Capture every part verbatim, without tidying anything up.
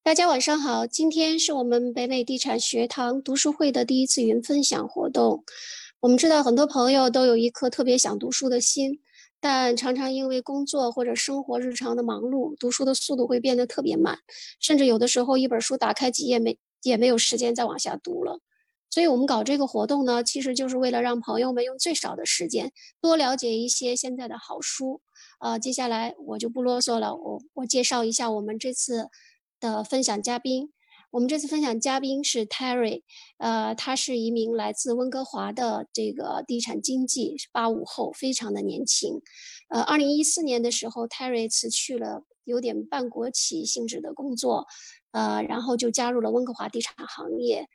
大家晚上好，今天是我们北美地产学堂读书会的第一次云分享活动。我们知道很多朋友都有一颗特别想读书的心，但常常因为工作或者生活日常的忙碌，读书的速度会变得特别慢，甚至有的时候一本书打开几页没也没有时间再往下读了。所以我们搞这个活动呢，其实就是为了让朋友们用最少的时间多了解一些现在的好书。呃，接下来我就不啰嗦了，我我介绍一下我们这次的分享嘉宾。我们这次分享嘉宾是 Terry，呃，他是一名来自温哥华的这个地产经纪，八五后，非常的年轻。呃，二零一四年的时候，Terry 辞去了有点半国企性质的工作，呃，然后就加入了温哥华地产行业。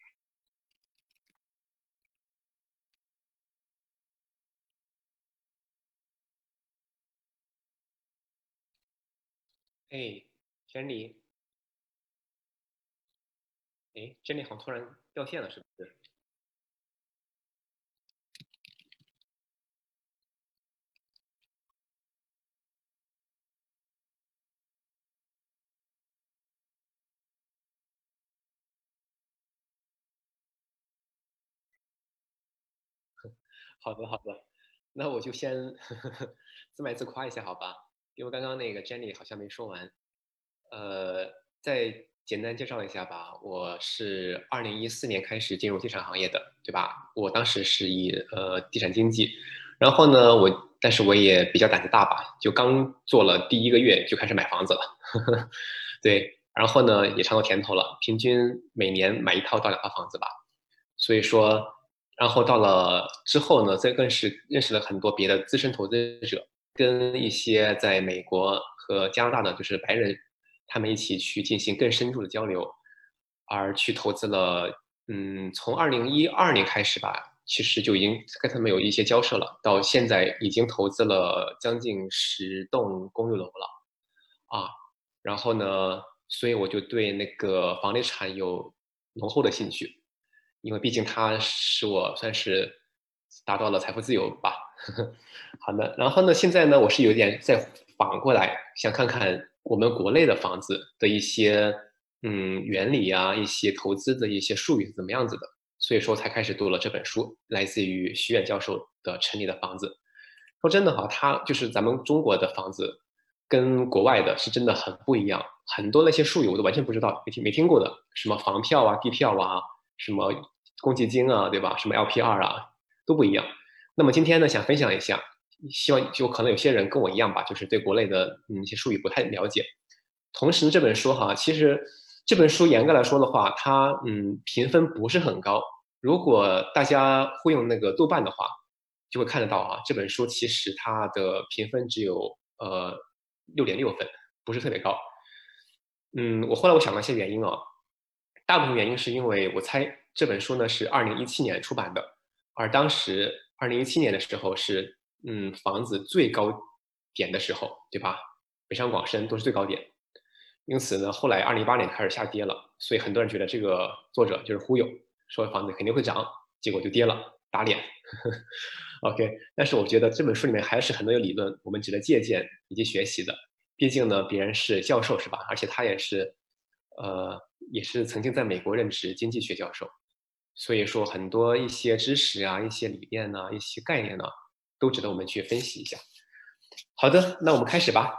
哎，Jenny，哎，Jenny 好像突然掉线了，是不是？好的，好的，那我就先自卖自夸一下，好吧？因为刚刚那个 Jenny 好像没说完，呃，再简单介绍一下吧。我是二零一四年开始进入地产行业的，对吧？我当时是以呃地产经纪，然后呢，我但是我也比较胆子大吧，就刚做了第一个月就开始买房子了，对，然后呢也尝到甜头了，平均每年买一套到两套房子吧。所以说，然后到了之后呢，再更是认识了很多别的资深投资者，跟一些在美国和加拿大的就是白人，他们一起去进行更深入的交流，而去投资了，嗯，从二零一二年开始吧，其实就已经跟他们有一些交涉了，到现在已经投资了将近十栋公寓楼了啊。然后呢，所以我就对那个房地产有浓厚的兴趣。因为毕竟它使我算是达到了财富自由吧。好的，然后呢，现在呢，我是有点再反过来想看看我们国内的房子的一些嗯原理啊，一些投资的一些术语是怎么样子的，所以说才开始读了这本书，来自于徐远教授的《城里的房子》。说真的哈，它就是咱们中国的房子跟国外的是真的很不一样，很多那些术语我都完全不知道，没听没听过的，什么房票啊、地票啊。什么公积金啊，对吧？什么 L P R 啊，都不一样。那么今天呢，想分享一下，希望就可能有些人跟我一样吧，就是对国内的嗯一些术语不太了解。同时这本书哈，其实这本书严格来说的话，它嗯评分不是很高。如果大家会用那个豆瓣的话，就会看得到啊，这本书其实它的评分只有呃六点六分，不是特别高。嗯，我后来我想了一些原因啊，大部分原因是因为我猜这本书呢是二零一七年出版的，而当时二零一七年的时候是嗯房子最高点的时候，对吧？北上广深都是最高点，因此呢，后来二零一八年开始下跌了，所以很多人觉得这个作者就是忽悠，说房子肯定会涨，结果就跌了，打脸。OK，但是我觉得这本书里面还是很多有理论，我们值得借鉴以及学习的。毕竟呢，别人是教授是吧？而且他也是，呃，也是曾经在美国任职经济学教授，所以说很多一些知识啊、一些理念呢、一些概念呢，都值得我们去分析一下。好的，那我们开始吧。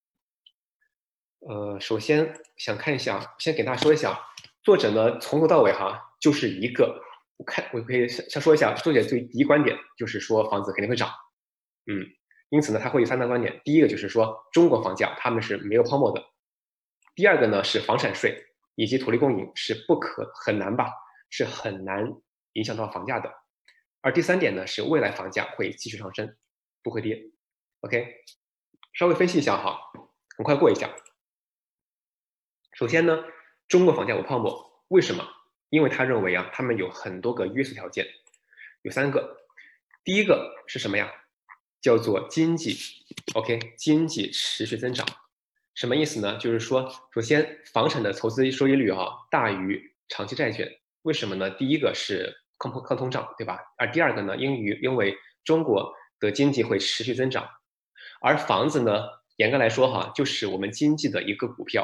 呃，首先想看一下，先给大家说一下，作者呢从头到尾哈就是一个，我看我可以先说一下，作者最第一观点就是说房子肯定会涨，嗯，因此呢他会有三大观点，第一个就是说中国房价他们是没有泡沫的，第二个呢是房产税以及土地供应是不可很难吧，是很难影响到房价的，而第三点呢是未来房价会继续上升，不会跌。OK，稍微分析一下哈，很快过一下。首先呢，中国房价有泡沫，为什么？因为他认为啊，他们有很多个约束条件，有三个。第一个是什么呀？叫做经济，OK，经济持续增长，什么意思呢？就是说，首先房产的投资收益率啊大于长期债券，为什么呢？第一个是抗通抗通胀，对吧？而第二个呢，因于因为中国的经济会持续增长，而房子呢，严格来说哈，就是我们经济的一个股票。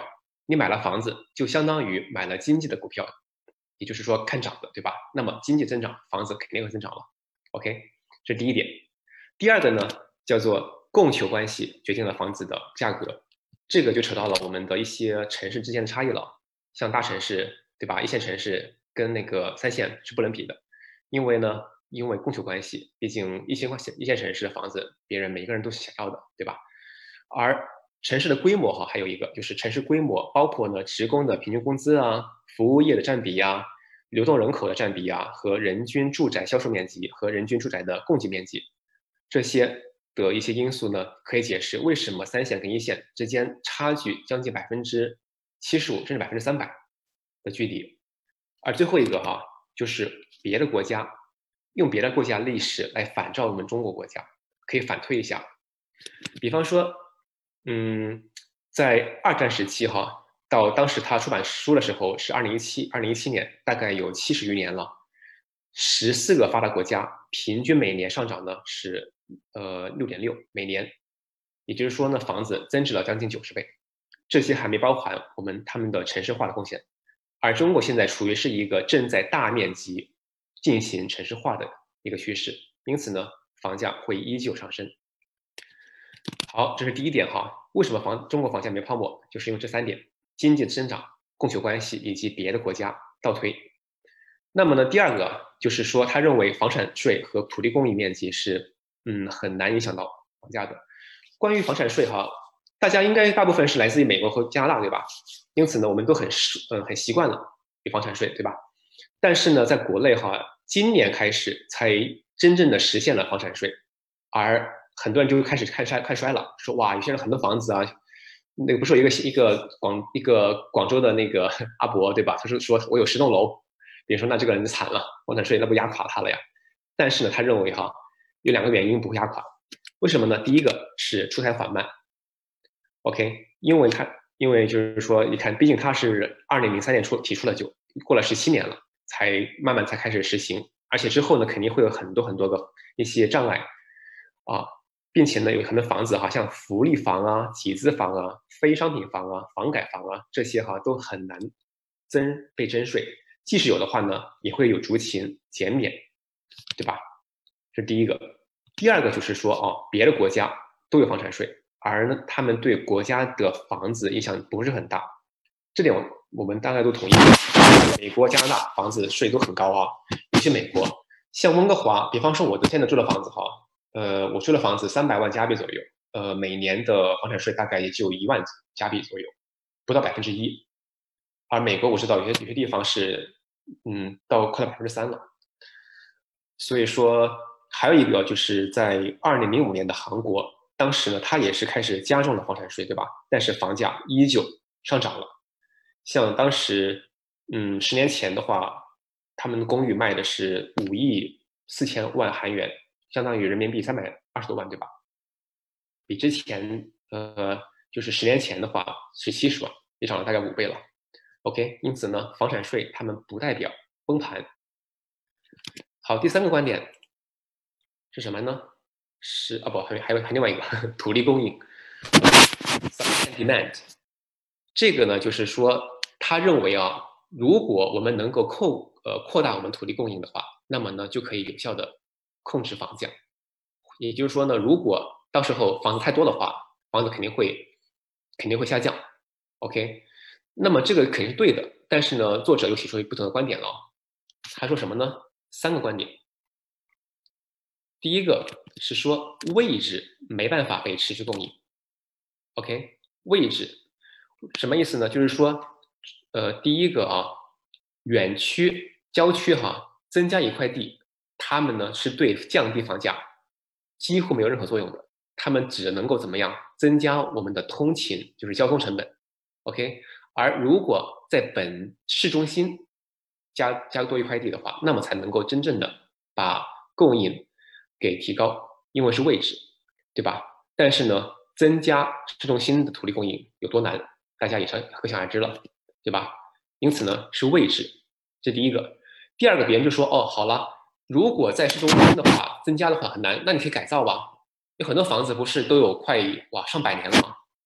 你买了房子，就相当于买了经济的股票，也就是说看涨的，对吧？那么经济增长，房子肯定会增长了。OK， 这是第一点。第二个呢，叫做供求关系决定了房子的价格，这个就扯到了我们的一些城市之间的差异了。像大城市，对吧？一线城市跟那个三线是不能比的，因为呢，因为供求关系，毕竟一线一线城市的房子，别人每个人都是想要的，对吧？而城市的规模哈，还有一个就是城市规模，包括呢职工的平均工资啊、服务业的占比呀、流动人口的占比啊，和人均住宅销售面积和人均住宅的供给面积，这些的一些因素呢，可以解释为什么三线跟一线之间差距将近百分之七十五甚至百分之三百的距离。而最后一个哈，就是别的国家用别的国家历史来反照我们中国国家，可以反推一下。比方说，嗯，在二战时期哈，到当时他出版书的时候是二零一七二零一七年，大概有七十余年了。十四个发达国家平均每年上涨呢是呃六点六每年，也就是说呢，房子增值了将近九十倍。这些还没包含我们他们的城市化的贡献。而中国现在处于是一个正在大面积进行城市化的一个趋势，因此呢，房价会依旧上升。好，这是第一点哈。为什么房中国房价没泡沫？就是因为这三点：经济增长、供求关系以及别的国家倒推。那么呢，第二个就是说，他认为房产税和土地供应面积是嗯很难影响到房价的。关于房产税哈，大家应该大部分是来自于美国和加拿大，对吧？因此呢，我们都很嗯、呃、很习惯了有房产税，对吧？但是呢，在国内哈，今年开始才真正的实现了房产税，而很多人就开始看衰看衰了，说哇，有些人很多房子啊，那个不是有一个一个广一个广州的那个阿伯对吧？他说说我有十栋楼，比如说那这个人就惨了，房产税那不压垮他了呀？但是呢，他认为哈有两个原因不会压垮，为什么呢？第一个是出台缓慢 ，OK，因为他因为就是说你看，毕竟他是二零零三年出提出了，就过了十七年了，才慢慢才开始实行，而且之后呢肯定会有很多很多个一些障碍啊。并且呢，有很多房子哈，像福利房啊、集资房啊、非商品房啊、房改房啊，这些哈都很难增被征税。即使有的话呢，也会有逐情减免，对吧？这是第一个。第二个就是说哦，别的国家都有房产税，而呢，他们对国家的房子影响不是很大。这点我们大概都同意。美国、加拿大房子税都很高啊，尤其美国，像温哥华，比方说我现在住的房子哈。呃，我住的房子三百万加币左右，呃，每年的房产税大概也就一万加币左右，不到百分之一。而美国我知道有些有些地方是，嗯，到快到百分之三了。所以说，还有一个就是在二零零五年的韩国，当时呢，它也是开始加重了房产税，对吧？但是房价依旧上涨了。像当时，嗯，十年前的话，他们的公寓卖的是五亿四千万韩元。相当于人民币三百二十多万，对吧？比之前呃，就是十年前的话是七十万，也涨了大概五倍了。OK， 因此呢，房产税他们不代表崩盘。好，第三个观点是什么呢？是啊不，还有还有还另外一个土地供应 ，supply and demand。这个呢，就是说他认为啊，如果我们能够扩呃扩大我们土地供应的话，那么呢就可以有效的控制房价。也就是说呢，如果到时候房子太多的话，房子肯定会肯定会下降。OK，那么这个肯定是对的，但是呢，作者又提出不同的观点了。他说什么呢？三个观点。第一个是说位置没办法被持续供应。OK，位置什么意思呢？就是说，呃，第一个啊，远区、郊区哈，增加一块地，他们呢是对降低房价几乎没有任何作用的，他们只能够怎么样增加我们的通勤，就是交通成本。OK，而如果在本市中心加加多一块地的话，那么才能够真正的把供应给提高，因为是位置，对吧？但是呢，增加市中心的土地供应有多难，大家也是可想而知了，对吧？因此呢，是位置，这第一个。第二个，别人就说哦，好了，如果在市中心的话，增加的话很难，那你可以改造吧。有很多房子不是都有快哇上百年了吗？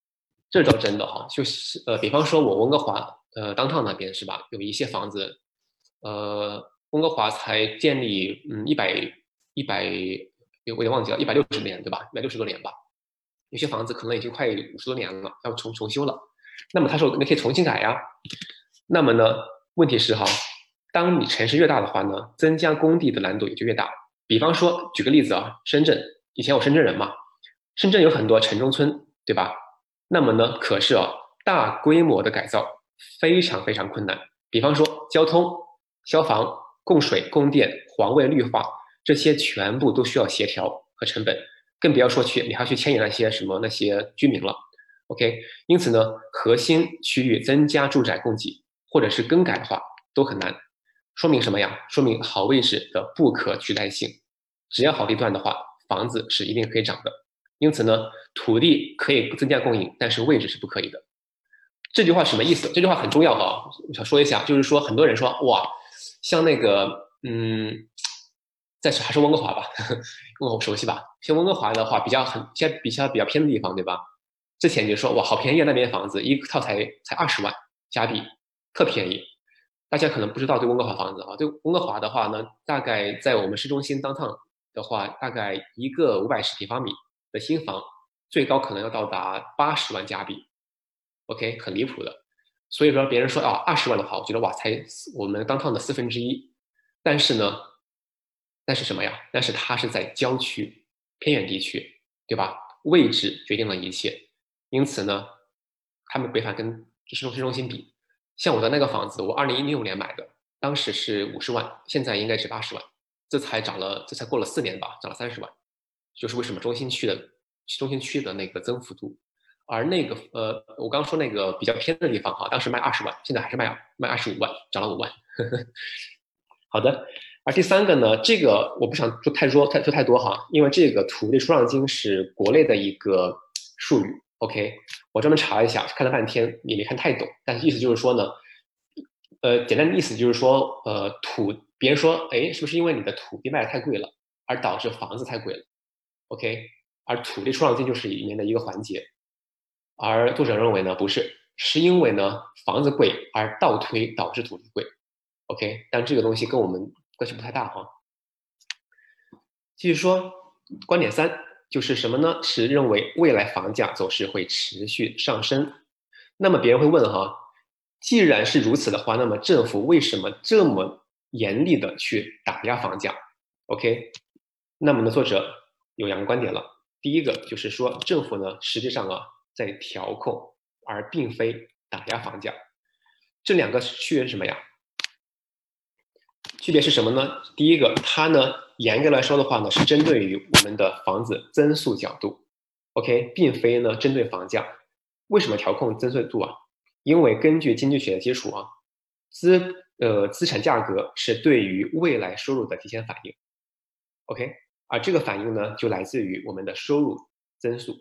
这倒真的哈，就是呃，比方说我温哥华呃当趟那边是吧，有一些房子，呃，温哥华才建立嗯一百一百，我有点忘记了，一百六十年对吧？一百六十多年吧，有些房子可能已经快五十多年了，要重重修了。那么他说你可以重新改呀。那么呢，问题是哈，当你城市越大的话呢，增加工地的难度也就越大。比方说，举个例子啊，深圳，以前我深圳人嘛，深圳有很多城中村，对吧？那么呢，可是啊，大规模的改造非常非常困难。比方说，交通、消防、供水、供电、环卫、绿化，这些全部都需要协调和成本，更不要说去你还要去牵引那些什么那些居民了。OK，因此呢，核心区域增加住宅供给或者是更改的话都很难。说明什么呀？说明好位置的不可取代性。只要好地段的话，房子是一定可以涨的。因此呢，土地可以增加供应，但是位置是不可以的。这句话什么意思？这句话很重要哈，我想说一下，就是说很多人说哇，像那个嗯，在还是温哥华吧，温哥华熟悉吧？像温哥华的话，比较很现在比较比较偏的地方，对吧？之前就说哇，好便宜啊，那边房子一套才才二十万加币，特便宜。大家可能不知道对温哥华房子啊，对温哥华的话呢，大概在我们市中心 downtown 的话，大概一个五百十平方米的新房，最高可能要到达八十万加币。OK， 很离谱的。所以说别人说啊，二十万的话，我觉得哇，才我们 downtown 的四分之一。但是呢，但是什么呀？但是它是在郊区、偏远地区，对吧？位置决定了一切。因此呢，他们没法跟市中市中心比。像我的那个房子，我二零一六年买的，当时是五十万，现在应该是八十万，这才涨了，这才过了四年吧，涨了三十万。就是为什么中心区的中心区的那个增幅度，而那个呃，我刚说那个比较偏的地方哈，当时卖二十万，现在还是卖卖二十五万，涨了五万。好的，而第三个呢，这个我不想说太多太说太多哈，因为这个土地出让金是国内的一个术语。OK，我专门查了一下，看了半天也没看太懂，但是意思就是说呢，呃，简单的意思就是说，呃，土别人说，哎，是不是因为你的土地卖的太贵了，而导致房子太贵了？OK，而土地出让金就是里面的一个环节，而作者认为呢，不是，是因为呢房子贵而倒推导致土地贵。OK，但这个东西跟我们关系不太大哈。继续说，观点三就是什么呢？是认为未来房价走势会持续上升。那么别人会问哈，既然是如此的话，那么政府为什么这么严厉的去打压房价 ？OK，那么呢，作者有两个观点了。第一个就是说，政府呢实际上啊在调控，而并非打压房价。这两个区别是什么呀？区别是什么呢？第一个，它呢，严格来说的话呢，是针对于我们的房子增速角度 ，OK，并非呢针对房价。为什么调控增速度啊？因为根据经济学的基础啊，资呃资产价格是对于未来收入的提前反应，OK，而这个反应呢，就来自于我们的收入增速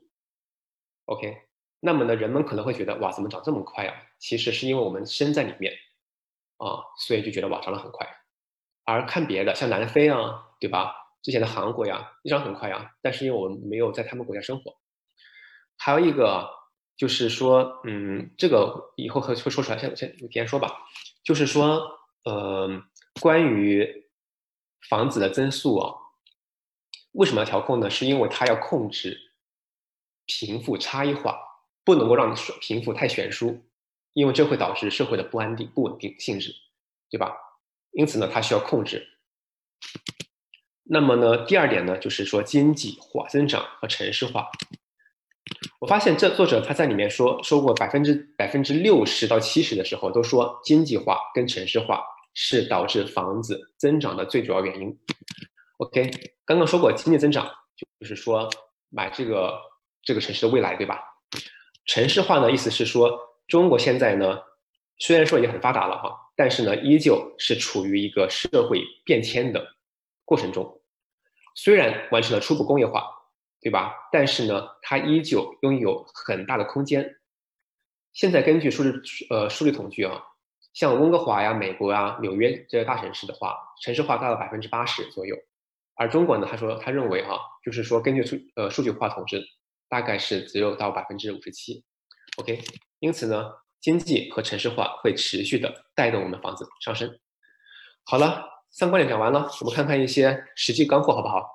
，OK。那么呢，人们可能会觉得哇，怎么涨这么快啊？其实是因为我们身在里面啊，所以就觉得哇，涨得很快。而看别的，像南非啊，对吧？之前的韩国呀，一涨很快啊，但是因为我们没有在他们国家生活。还有一个就是说，嗯，这个以后会会说出来，先先提前说吧。就是说，呃，关于房子的增速啊，为什么要调控呢？是因为它要控制贫富差异化，不能够让贫富太悬殊，因为这会导致社会的不安定、不稳定性质，对吧？因此呢，它需要控制。那么呢，第二点呢，就是说经济化增长和城市化。我发现这作者他在里面说说过百分之百分之六十到七十的时候，都说经济化跟城市化是导致房子增长的最主要原因。OK，刚刚说过经济增长，就是说买这个这个城市的未来，对吧？城市化呢，意思是说中国现在呢，虽然说已经很发达了哈，但是呢，依旧是处于一个社会变迁的过程中。虽然完成了初步工业化，对吧？但是呢，它依旧拥有很大的空间。现在根据数据呃数据统计啊，像温哥华呀、美国啊、纽约这些大城市的话，城市化达到百分之八十左右。而中国呢，他说他认为啊，就是说根据数呃数据化统计，大概是只有到百分之五十七。 OK， 因此呢，经济和城市化会持续的带动我们房子上升。好了，三观点讲完了，我们看看一些实际干货好不好？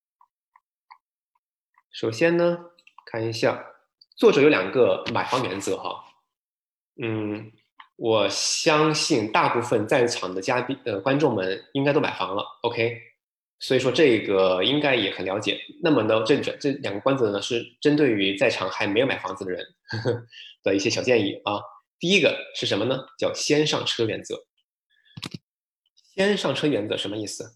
首先呢，看一下作者有两个买房原则哈，嗯，我相信大部分在场的嘉宾呃观众们应该都买房了 ，OK， 所以说这个应该也很了解。那么呢，这这两个关则呢是针对于在场还没有买房子的人呵呵的一些小建议啊。第一个是什么呢？叫先上车原则。先上车原则什么意思？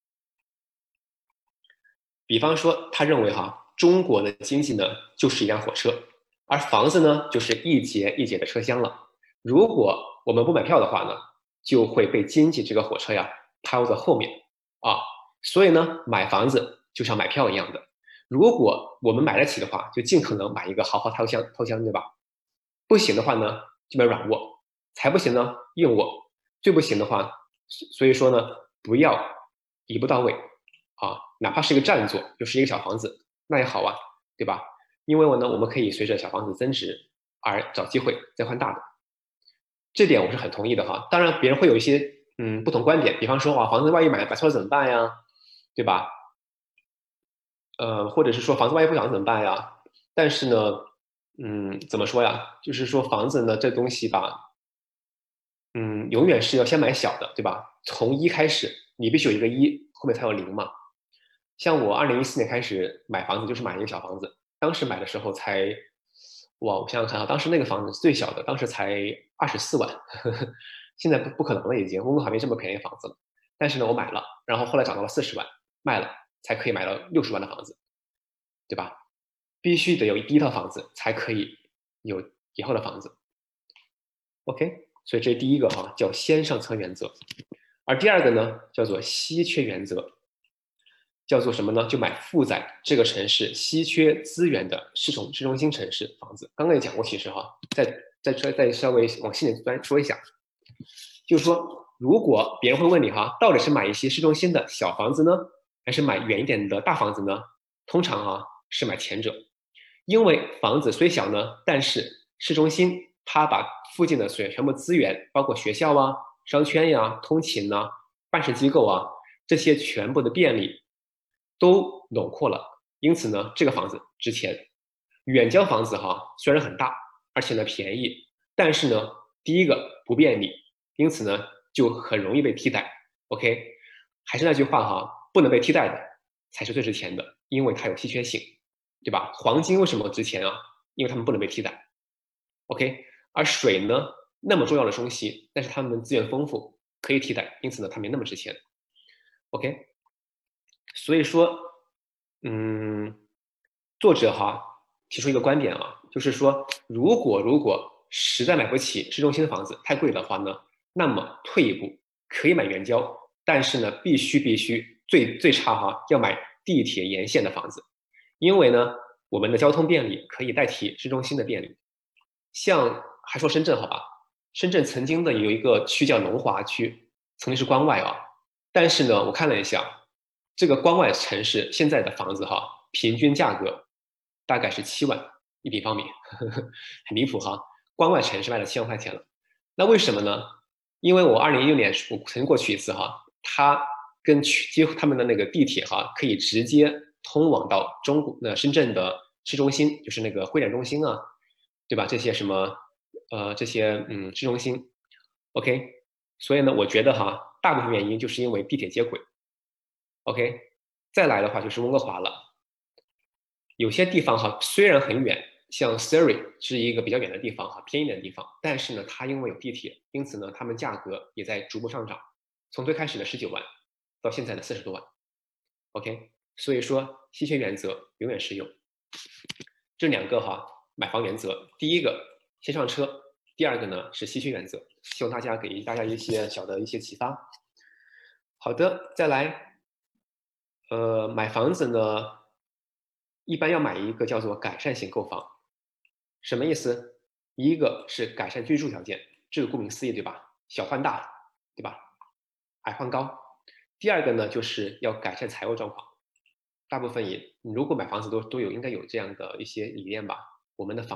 比方说，他认为哈，中国的经济呢就是一辆火车，而房子呢就是一节一节的车厢了。如果我们不买票的话呢，就会被经济这个火车呀抛在后面啊。所以呢，买房子就像买票一样的，如果我们买得起的话，就尽可能买一个豪华套厢，套厢对吧？不行的话呢，就买软卧，才不行呢硬卧，最不行的话，所以说呢，不要一步到位啊，哪怕是一个占座，就是一个小房子，那也好啊，对吧？因为我呢，我们可以随着小房子增值而找机会再换大的，这点我是很同意的哈。当然，别人会有一些嗯不同观点，比方说哇，房子万一买买错了怎么办呀，对吧？呃，或者是说房子万一不涨怎么办呀？但是呢，嗯，怎么说呀？就是说房子呢，这东西吧，嗯，永远是要先买小的，对吧？从一开始，你必须有一个一，后面才有零嘛。像我二零一四年开始买房子，就是买一个小房子，当时买的时候才，哇，我想想看啊，当时那个房子最小的，当时才二十四万，呵呵，现在不不可能了，已经，温哥华没这么便宜的房子了。但是呢，我买了，然后后来涨到了四十万，卖了，才可以买到六十万的房子，对吧？必须得有第一套房子，才可以有以后的房子。OK，所以这是第一个哈，叫先上车原则。而第二个呢，叫做稀缺原则，叫做什么呢？就买附在这个城市稀缺资源的市中市中心城市房子。刚刚也讲过，其实哈，再再再再稍微往细点端说一下，就是说，如果别人会问你哈，到底是买一些市中心的小房子呢，还是买远一点的大房子呢？通常啊是买前者，因为房子虽小呢，但是市中心它把附近的所有全部资源，包括学校啊、商圈呀、通勤呐、办事机构啊，这些全部的便利都笼括了。因此呢，这个房子值钱。远郊房子哈，虽然很大，而且呢便宜，但是呢，第一个不便利，因此呢就很容易被替代。OK，还是那句话哈，不能被替代的才是最值钱的，因为它有稀缺性，对吧？黄金为什么值钱啊？因为它们不能被替代。OK，而水呢，那么重要的东西，但是它们资源丰富，可以替代，因此呢，它没那么值钱。OK，所以说，嗯，作者哈提出一个观点啊，就是说，如果如果实在买不起市中心的房子太贵的话呢，那么退一步可以买原郊，但是呢，必须必须最最差哈要买地铁沿线的房子，因为呢，我们的交通便利可以代替市中心的便利。像还说深圳好吧，深圳曾经的有一个区叫龙华区，曾经是关外啊，但是呢，我看了一下，这个关外城市现在的房子哈，平均价格大概是七万一平方米，呵呵很离谱哈。关外城市卖了七万块钱了，那为什么呢？因为我二零一六年我曾经过去一次哈，它跟去接他们的那个地铁哈，可以直接通往到中国呃深圳的市中心，就是那个会展中心啊，对吧？这些什么呃这些嗯市中心，OK，所以呢，我觉得哈，大部分原因就是因为地铁接轨。OK，再来的话就是温哥华了。有些地方哈虽然很远，像 Surrey 是一个比较远的地方哈，偏一点的地方，但是呢，它因为有地铁，因此呢，它们价格也在逐步上涨，从最开始的十九万到现在的四十多万。OK，所以说稀缺原则永远适用。这两个哈买房原则，第一个先上车，第二个呢是稀缺原则，希望大家给大家一些小的一些启发。好的，再来，呃，买房子呢，一般要买一个叫做改善型购房，什么意思？一个是改善居住条件，这个顾名思义，对吧？小换大，对吧？矮换高。第二个呢，就是要改善财务状况。大部分也，如果买房子都都有应该有这样的一些理念吧。我们的房子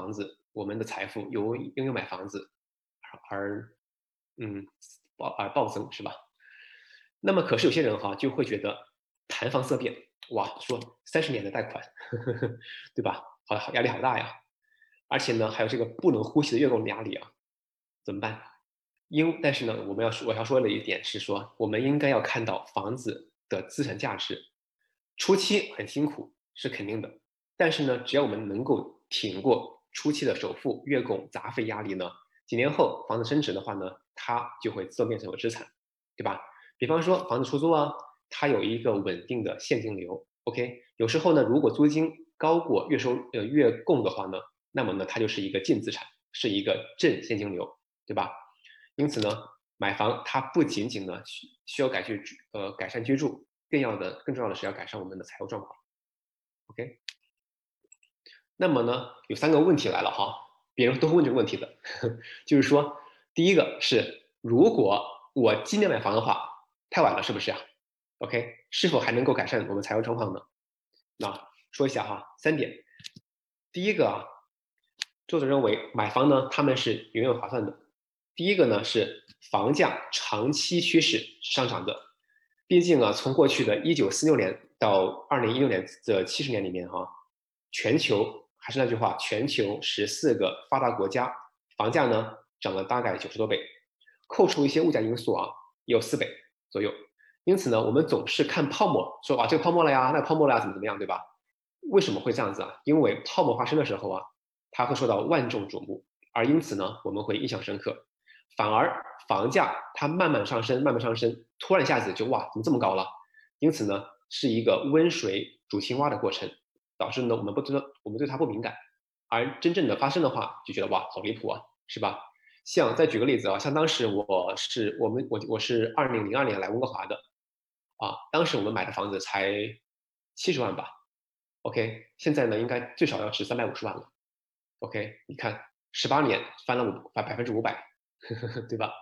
我们的财富由拥有买房子而嗯暴而暴增，是吧？那么可是有些人哈就会觉得谈房色变，哇，说三十年的贷款，呵呵对吧？好压力好大呀，而且呢还有这个不能呼吸的月供压力啊，怎么办？因但是呢，我们要说我要说的一点是说，我们应该要看到房子的资产价值，初期很辛苦是肯定的，但是呢，只要我们能够挺过初期的首付、月供、杂费压力呢，几年后房子升值的话呢，它就会自动变成有资产，对吧？比方说房子出租啊，它有一个稳定的现金流。OK，有时候呢，如果租金高过月收呃月供的话呢，那么呢，它就是一个净资产，是一个正现金流，对吧？因此呢，买房它不仅仅呢需需要改去呃改善居住，更要的更重要的是要改善我们的财务状况。OK，那么呢，有三个问题来了哈，别人都会问这个问题的，就是说，第一个是如果我今年买房的话，太晚了是不是啊？OK，是否还能够改善我们财务状况呢？那说一下哈，三点。第一个啊，作者认为买房呢，他们是远远划算的。第一个呢是房价长期趋势是上涨的，毕竟啊，从过去的一九四六年到二零一六年这七十年里面哈、啊，全球还是那句话，全球十四个发达国家房价呢涨了大概九十多倍，扣除一些物价因素啊，也有四倍左右。因此呢，我们总是看泡沫，说啊这个泡沫了呀，那个泡沫了呀，怎么怎么样，对吧？为什么会这样子啊？因为泡沫发生的时候啊，它会受到万众瞩目，而因此呢，我们会印象深刻。反而房价它慢慢上升，慢慢上升，突然一下子就哇，怎么这么高了？因此呢，是一个温水煮青蛙的过程，导致呢我们不知道，我们对它不敏感，而真正的发生的话，就觉得哇，好离谱啊，是吧？像再举个例子啊，像当时我是我们我我是二零零二年来温哥华的啊，当时我们买的房子才七十万吧，OK，现在呢应该最少要值三百五十万了，OK，你看十八年翻了五百百分之五百，对吧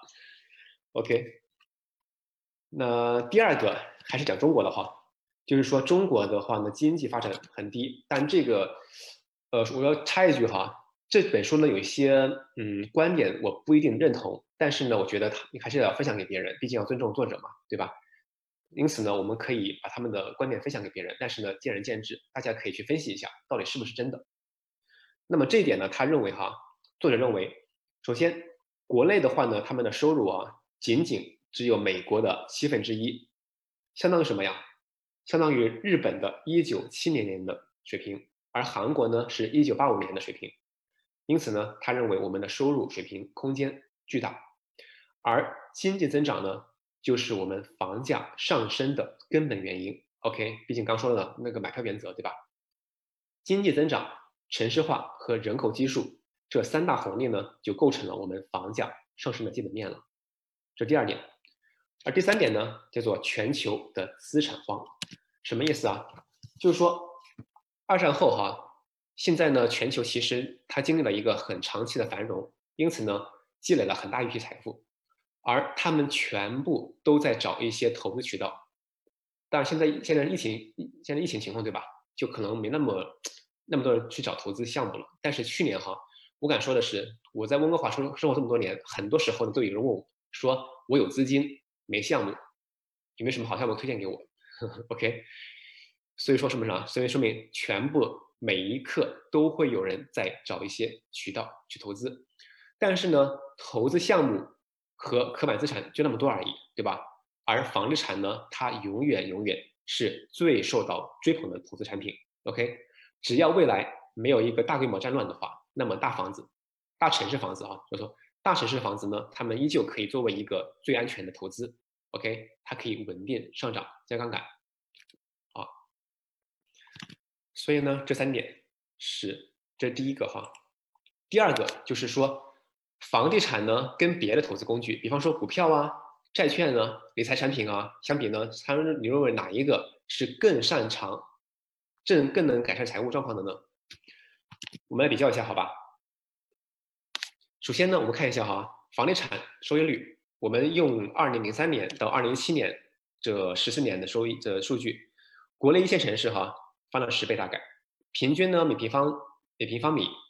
？OK，那第二个还是讲中国的话，就是说中国的话呢，经济发展很低，但这个，呃，我要插一句哈，这本书呢有一些嗯观点我不一定认同，但是呢，我觉得他你还是要分享给别人，毕竟要尊重作者嘛，对吧？因此呢，我们可以把他们的观点分享给别人，但是呢，见仁见智，大家可以去分析一下到底是不是真的。那么这一点呢，他认为哈，作者认为，首先国内的话呢，他们的收入啊，仅仅只有美国的七分之一，相当于什么呀？相当于日本的一九七零年的水平，而韩国呢是一九八五年的水平。因此呢，他认为我们的收入水平空间巨大，而经济增长呢，就是我们房价上升的根本原因。OK，毕竟刚说了那个买票原则，对吧？经济增长、城市化和人口基数这三大红利呢，就构成了我们房价上升的基本面了。这第二点。而第三点呢，叫做全球的资产荒。什么意思啊？就是说，二战后哈，现在呢，全球其实它经历了一个很长期的繁荣，因此呢，积累了很大一批财富，而他们全部都在找一些投资渠道。当然，现在现在疫情现在疫情情况对吧？就可能没那么那么多人去找投资项目了。但是去年哈，我敢说的是，我在温哥华生生活这么多年，很多时候呢都有人问我说，我有资金没项目，有没有什么好项目推荐给我？OK，所以说什么啥？所以说明全部每一刻都会有人在找一些渠道去投资，但是呢，投资项目和可买资产就那么多而已，对吧？而房地产呢，它永远永远是最受到追捧的投资产品。OK，只要未来没有一个大规模战乱的话，那么大房子、大城市房子啊，就是说大城市房子呢，他们依旧可以作为一个最安全的投资。OK，它可以稳定上涨，加杠杆。啊，所以呢，这三点是这第一个哈。第二个就是说，房地产呢跟别的投资工具，比方说股票啊、债券呢、理财产品啊相比呢，他们你认为哪一个是更擅长、更更能改善财务状况的呢？我们来比较一下，好吧？首先呢，我们看一下哈，房地产收益率，我们用二零零三年到二零一七年这十四年的收益的数据，国内一线城市哈翻了十倍大概，平均呢每平方每平方米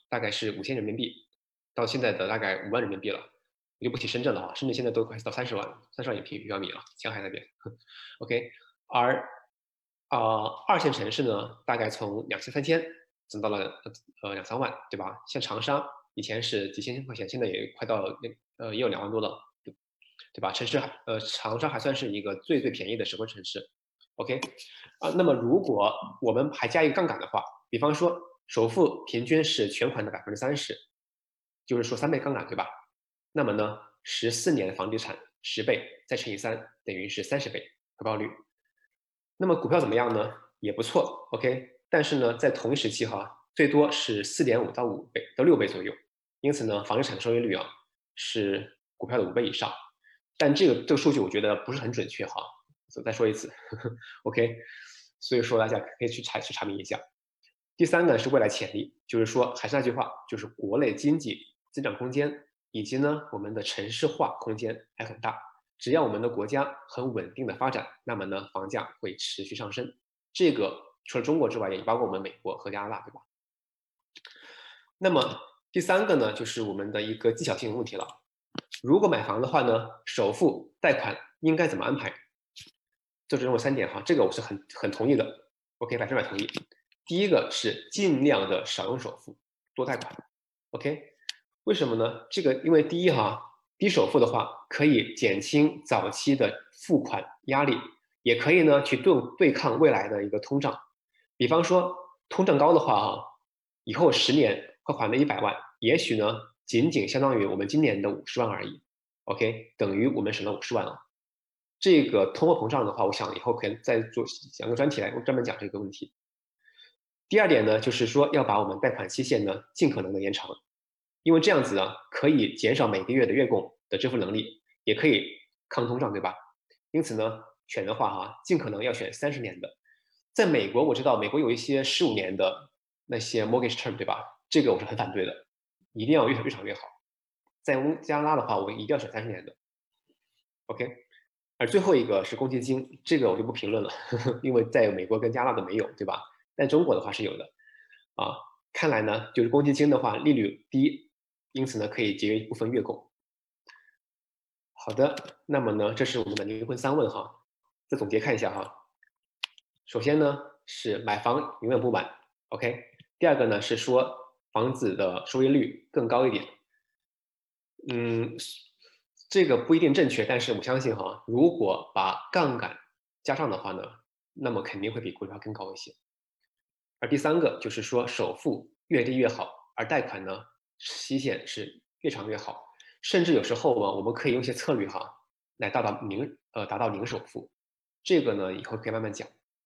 大概是五千人民币，到现在的大概五万人民币了。我就不提深圳了哈，深圳现在都快到三十万，三十万一平平方米了，江海那边。OK，而啊、呃二线城市呢，大概从两千三千增到了呃两三万，对吧？像长沙以前是几千块钱，现在也快到呃也有两万多了，对吧？城市还呃长沙还算是一个最最便宜的省会城市。OK，啊，那么如果我们还加一个杠杆的话，比方说首付平均是全款的百分之三十，就是说三倍杠杆，对吧？那么呢，十四年房地产十倍再乘以三，等于是三十倍回报率。那么股票怎么样呢？也不错，OK。但是呢，在同一时期哈，最多是四点五到五倍到六倍左右。因此呢，房地产的收益率啊是股票的五倍以上。但这个这个数据我觉得不是很准确哈，再说一次呵呵，OK。所以说大家可以去查去查明一下。第三个是未来潜力，就是说还是那句话，就是国内经济增长空间以及呢我们的城市化空间还很大。只要我们的国家很稳定的发展，那么呢房价会持续上升。这个除了中国之外，也包括我们美国和加拿大，对吧？那么第三个呢，就是我们的一个技巧性问题了。如果买房的话呢，首付贷款应该怎么安排？这只有三点哈，这个我是很很同意的。OK，百分之百同意。第一个是尽量的少用首付，多贷款。OK，为什么呢？这个因为第一哈，低首付的话可以减轻早期的付款压力，也可以呢去对对抗未来的一个通胀。比方说通胀高的话哈，以后十年会还的一百万，也许呢仅仅相当于我们今年的五十万而已。OK，等于我们省了五十万了。这个通货膨胀的话，我想以后可能再做讲个专题来专门讲这个问题。第二点呢，就是说要把我们贷款期限呢尽可能的延长，因为这样子呢可以减少每个月的月供的支付能力，也可以抗通胀，对吧？因此呢，选的话哈，尽可能要选三十年的。在美国，我知道美国有一些十五年的那些 mortgage term，对吧？这个我是很反对的，一定要越越长越好。在加拿大的话，我一定要选三十年的。OK，而最后一个是公积金，这个我就不评论了，呵呵，因为在美国跟加拿大都没有，对吧？但中国的话是有的，啊，看来呢，就是公积金的话利率低，因此呢可以节约一部分月供。好的，那么呢，这是我们的灵魂三问哈，再总结看一下哈。首先呢是买房永远不满，OK。第二个呢是说房子的收益率更高一点，嗯，这个不一定正确，但是我相信哈，如果把杠杆加上的话呢，那么肯定会比股票更高一些。而第三个就是说，首付越低越好，而贷款呢，期限是越长越好，甚至有时候啊，我们可以用一些策略哈，来达到零呃达到零首付。这个呢，以后可以慢慢讲。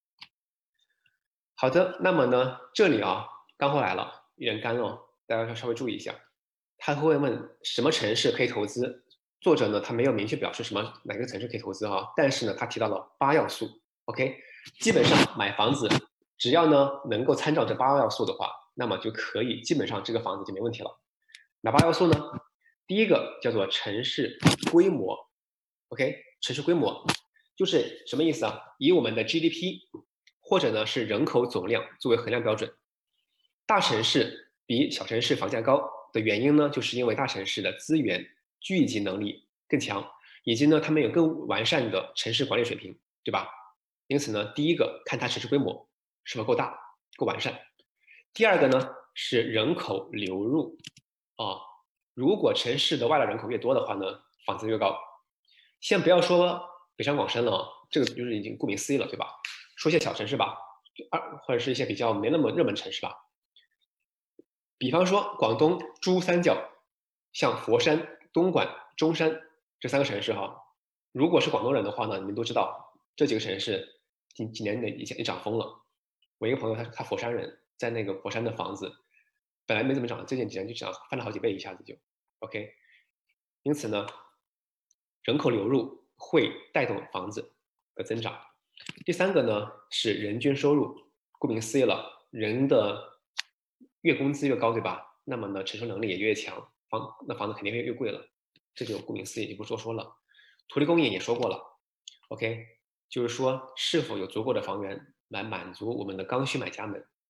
好的，那么呢，这里啊，干货来了，有点干哦，大家要稍微注意一下。他会问什么城市可以投资？作者呢，他没有明确表示什么哪个城市可以投资哈，但是呢，他提到了八要素。OK，基本上买房子，只要呢能够参照这八要素的话，那么就可以基本上这个房子就没问题了。哪八要素呢？第一个叫做城市规模。OK，城市规模就是什么意思啊？以我们的 G D P 或者呢是人口总量作为衡量标准。大城市比小城市房价高的原因呢，就是因为大城市的资源聚集能力更强，以及呢，他们有更完善的城市管理水平，对吧？因此呢，第一个看它城市规模是否够大、够完善。第二个呢是人口流入啊，如果城市的外来人口越多的话呢，房子越高。先不要说北上广深了，这个就是已经顾名思义了，对吧？说一些小城市吧，二或者是一些比较没那么热门城市吧。比方说广东珠三角，像佛山、东莞、中山这三个城市哈，如果是广东人的话呢，你们都知道这几个城市几几年内以前也涨疯了。我一个朋友他他佛山人，在那个佛山的房子本来没怎么涨，最近几年就涨翻了好几倍，一下子就 OK。因此呢，人口流入会带动房子的增长。第三个呢是人均收入，顾名思义了，人的越工资越高，对吧？那么呢承受能力也越强，房那房子肯定会越贵了，这就顾名思义就不多说了。土地供应也说过了 ，OK，就是说是否有足够的房源来满足我们的刚需买家们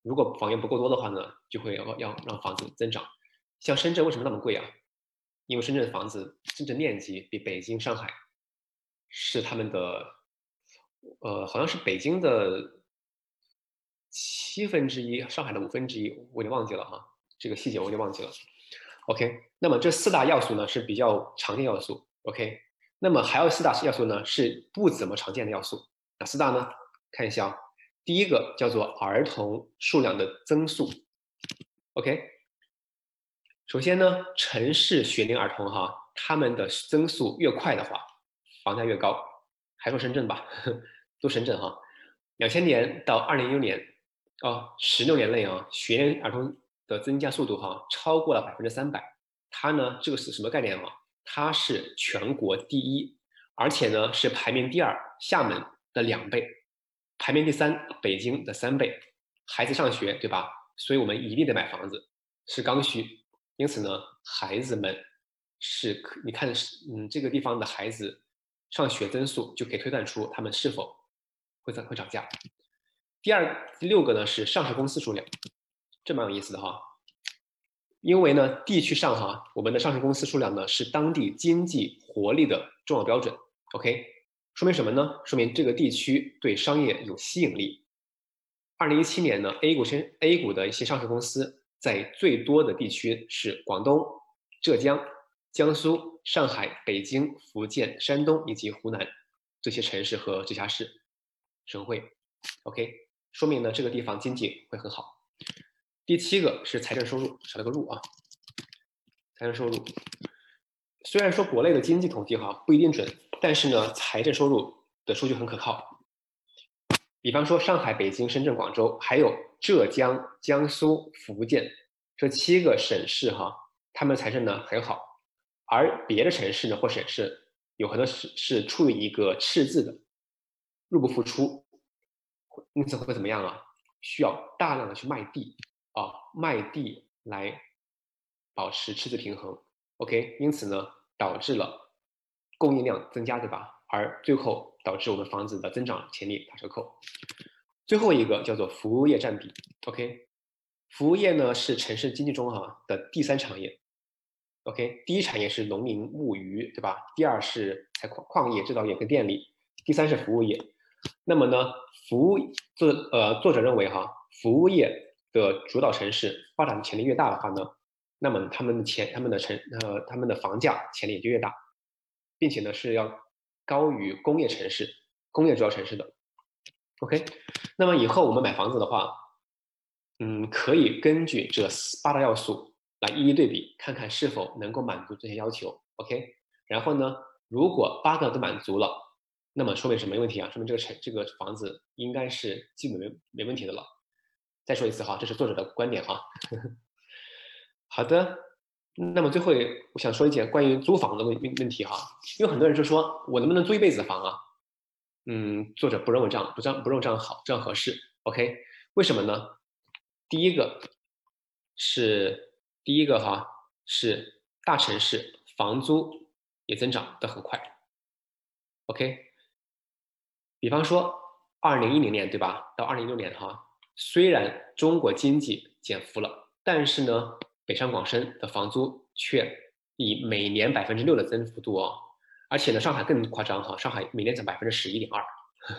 如果房源不够多的话呢，就会要要让房子增长。像深圳为什么那么贵啊？因为深圳的房子真正面积比北京、上海是他们的，呃，好像是北京的七分之一，上海的五分之一，我有点忘记了哈，这个细节我有点忘记了。OK，那么这四大要素呢是比较常见要素。OK，那么还有四大要素呢是不怎么常见的要素。哪四大呢？看一下啊，第一个叫做儿童数量的增速。OK，首先呢，城市学龄儿童哈，他们的增速越快的话，房价越高。还说深圳吧，都深圳哈。两千年到二零一六年，哦，十六年内啊，学龄儿童的增加速度哈，超过了百分之三百。它呢，这个是什么概念啊？它是全国第一，而且呢是排名第二，厦门的两倍，排名第三，北京的三倍。孩子上学，对吧？所以我们一定得买房子，是刚需。因此呢，孩子们是可你看，嗯，这个地方的孩子上学增速就可以推断出他们是否会会涨价。第二、第六个呢是上市公司数量，这蛮有意思的哈。因为呢，地区上哈，我们的上市公司数量呢是当地经济活力的重要标准。OK，说明什么呢？说明这个地区对商业有吸引力。二零一七年呢，A 股先 A 股的一些上市公司在最多的地区是广东、浙江、江苏、上海、北京、福建、山东以及湖南这些城市和直辖市、省会。OK，说明呢这个地方经济会很好。第七个是财政收入，少了个入啊。财政收入，虽然说国内的经济统计哈不一定准，但是呢，财政收入的数据很可靠。比方说上海、北京、深圳、广州，还有浙江、江苏、福建这七个省市哈，他们财政呢很好，而别的城市呢或省市有很多是是处于一个赤字的，入不敷出，因此会怎么样啊？需要大量的去卖地啊，卖地来保持赤字平衡。OK，因此呢，导致了供应量增加，对吧？而最后导致我们房子的增长潜力打折扣。最后一个叫做服务业占比。OK，服务业呢是城市经济中哈、啊、的第三产业。OK，第一产业是农林牧渔，对吧？第二是采矿矿业、制造业跟电力，第三是服务业。那么呢，服务作呃作者认为哈，服务业的主导城市发展潜力越大的话呢，那么他们的钱、他们的城呃他们的房价潜力也就越大，并且呢是要高于工业城市、工业主要城市的。OK，那么以后我们买房子的话，嗯，可以根据这八大要素来一一对比，看看是否能够满足这些要求。OK，然后呢，如果八个都满足了，那么说明什么问题啊？说明这个城这个房子应该是基本没没问题的了。再说一次哈，这是作者的观点哈。好的，那么最后我想说一件关于租房的问问问题哈，因为很多人就说我能不能租一辈子的房啊？嗯，作者不认为这样不这样不认为这样好，这样合适。OK，为什么呢？第一个是第一个哈是大城市房租也增长的很快。OK，比方说二零一零年对吧，到二零一六年哈，虽然中国经济减幅了，但是呢，北上广深的房租却以每年百分之六的增幅度哦，而且呢，上海更夸张哈，上海每年涨百分之十一点二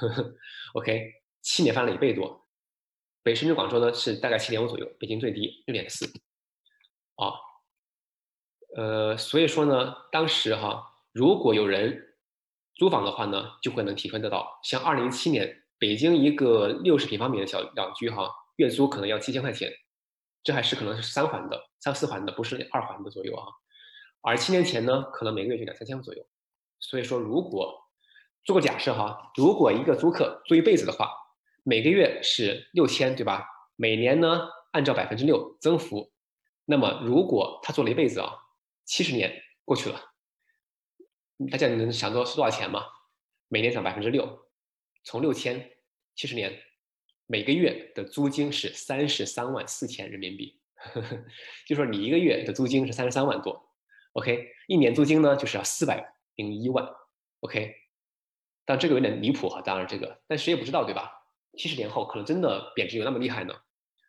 ，OK，七年翻了一倍多。北深圳、广州呢是大概七点五左右，北京最低六点四，啊，呃，所以说呢，当时哈，如果有人租房的话呢，就会能体会得到，像二零一七年北京一个六十平方米的小两居哈，月租可能要七千块钱，这还是可能是三环的、三四环的，不是二环的左右啊。而七年前呢，可能每个月就两三千左右。所以说，如果做个假设哈，如果一个租客租一辈子的话，每个月是六千，对吧？每年呢按照百分之六增幅，那么如果他做了一辈子啊，七十年过去了，大家能想到是多少钱吗？每年涨百分之六，从六千七十年，每个月的租金是三十三万四千人民币，就说你一个月的租金是三十三万多 ，OK，一年租金呢就是要四百零一万 ，OK，但这个有点离谱哈，当然这个，但谁也不知道对吧？七十年后可能真的贬值有那么厉害呢？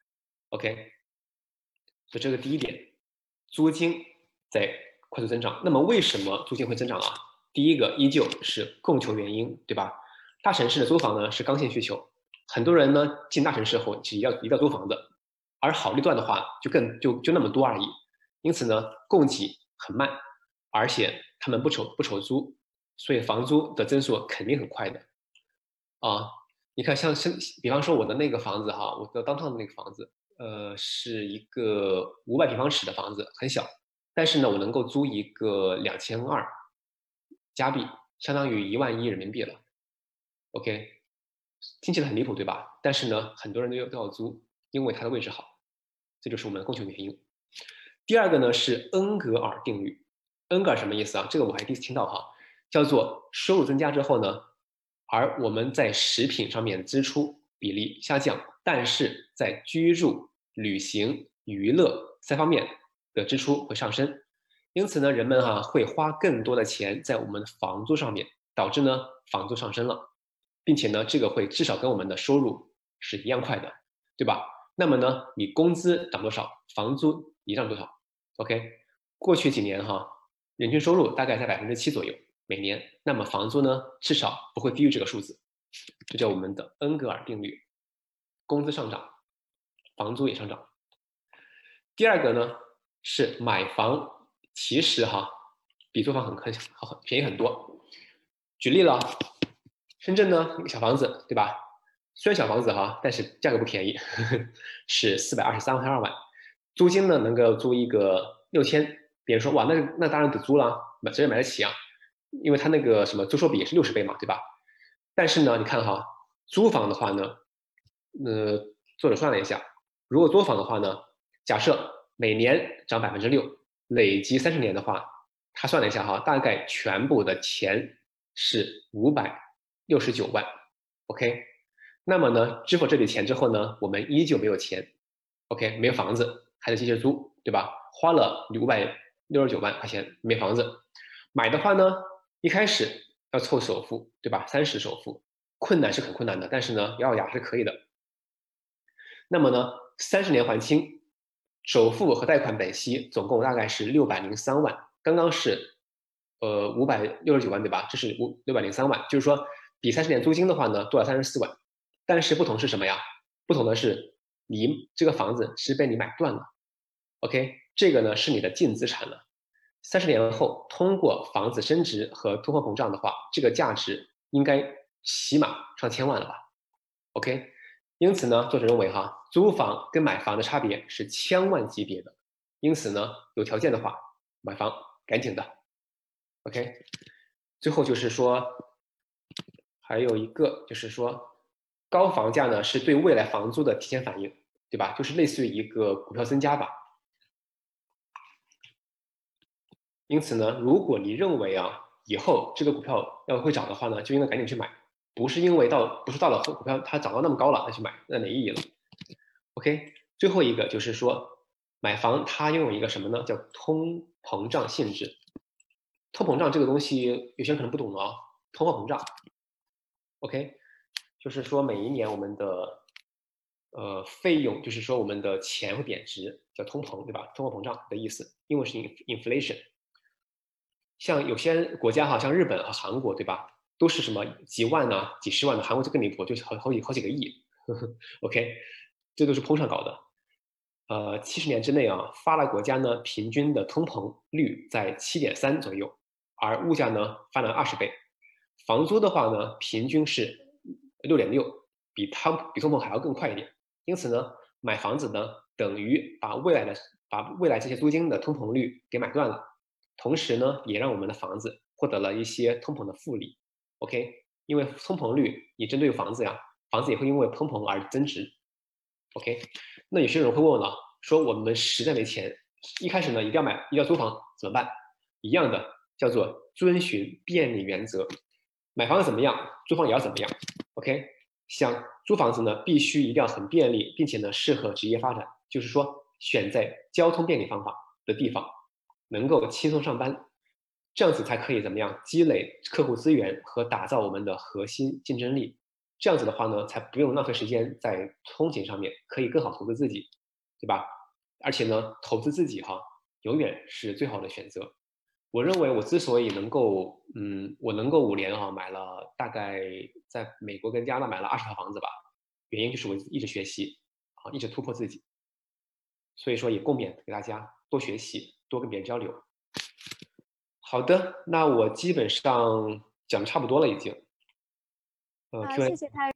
OK，所以这个第一点，租金在快速增长。那么为什么租金会增长啊？第一个依旧是供求原因，对吧？大城市的租房呢是刚性需求，很多人呢进大城市后其实要一定要租房子，而好地段的话就更就就那么多而已，因此呢供给很慢，而且他们不愁不愁租，所以房租的增速肯定很快的啊。你看像是比方说我的那个房子哈，我的当趟的那个房子，呃，是一个五百平方尺的房子，很小，但是呢我能够租一个两千二加币，相当于一万一人民币了。OK，听起来很离谱，对吧？但是呢，很多人都要都要租，因为它的位置好，这就是我们的供求原因。第二个呢是恩格尔定律。恩格尔什么意思啊？这个我还第一次听到哈，叫做收入增加之后呢，而我们在食品上面支出比例下降，但是在居住、旅行、娱乐三方面的支出会上升。因此呢，人们哈、啊、会花更多的钱在我们的房租上面，导致呢房租上升了。并且呢，这个会至少跟我们的收入是一样快的，对吧？那么呢，你工资涨多少，房租也涨多少。OK，过去几年哈，人均收入大概在百分之七左右每年，那么房租呢，至少不会低于这个数字，这叫我们的恩格尔定律。工资上涨，房租也上涨。第二个呢是买房，其实哈比租房很很很便宜很多。举例了，深圳呢一个小房子，对吧？虽然小房子哈，但是价格不便宜，呵呵是四百二十三二万，租金呢能够租一个六千。别人说哇，那那当然得租了，谁也买得起啊？因为他那个什么租售比是六十倍嘛，对吧？但是呢，你看哈，租房的话呢，呃，作者算了一下，如果租房的话呢，假设每年涨百分之六，累积三十年的话，他算了一下哈，大概全部的钱是五百六十九万。OK，那么呢，支付这笔钱之后呢，我们依旧没有钱，OK，没有房子，还得继续租，对吧？花了五百六十九万块钱没房子，买的话呢，一开始要凑首付，对吧？三十首付，困难是很困难的，但是呢，咬咬牙是可以的。那么呢，三十年还清，首付和贷款本息总共大概是六百零三万，刚刚是呃五百六十九万，对吧？这是五六百零三万，就是说比三十年租金的话呢多了三十四万，但是不同是什么呀？不同的是你这个房子是被你买断了 ，OK，这个呢是你的净资产了。三十年后，通过房子升值和通货膨胀的话，这个价值应该起码上千万了吧？OK，因此呢，作者认为哈，租房跟买房的差别是千万级别的，因此呢，有条件的话，买房赶紧的。OK，最后就是说，还有一个就是说，高房价呢是对未来房租的提前反应，对吧？就是类似于一个股票增加吧。因此呢，如果你认为啊，以后这个股票要会涨的话呢，就应该赶紧去买，不是因为到不是到了股票它涨到那么高了再去买，那没意义了。OK，最后一个就是说，买房它拥有一个什么呢？叫通膨胀性质。通膨胀这个东西有些人可能不懂啊，通货膨胀。OK，就是说每一年我们的呃费用，就是说我们的钱会贬值，叫通膨，对吧？通货膨胀的意思，英文是 inflation。像有些国家哈，像日本和韩国，对吧？都是什么几万呢、几十万的，韩国就更离谱，就好好几好几个亿。OK，这都是通胀搞的。呃，七十年之内啊，发达国家呢平均的通膨率在七点三左右，而物价呢翻了二十倍。房租的话呢，平均是六点六，比它比通膨还要更快一点。因此呢，买房子呢等于把未来的把未来这些租金的通膨率给买断了。同时呢，也让我们的房子获得了一些通膨的复利。OK，因为通膨率你针对房子呀，房子也会因为通膨而增值。OK，那有些人会问了，说我们实在没钱，一开始呢一定要买，一定要租房怎么办？一样的，叫做遵循便利原则，买房子怎么样，租房也要怎么样。OK，像租房子呢，必须一定要很便利，并且呢适合职业发展，就是说选在交通便利方法的地方。能够轻松上班，这样子才可以怎么样积累客户资源和打造我们的核心竞争力。这样子的话呢，才不用浪费时间在通勤上面，可以更好投资自己。 对吧？而且呢，投资自己哈，永远是最好的选择。我认为我之所以能够，嗯，我能够五年哈买了大概在美国跟加拿大买了二十套房子吧，原因就是我一直学习啊，一直突破自己。所以说也共勉给大家多学习，多跟别人交流。好的，那我基本上讲的差不多了已经。呃好， ，Q&A 谢谢他。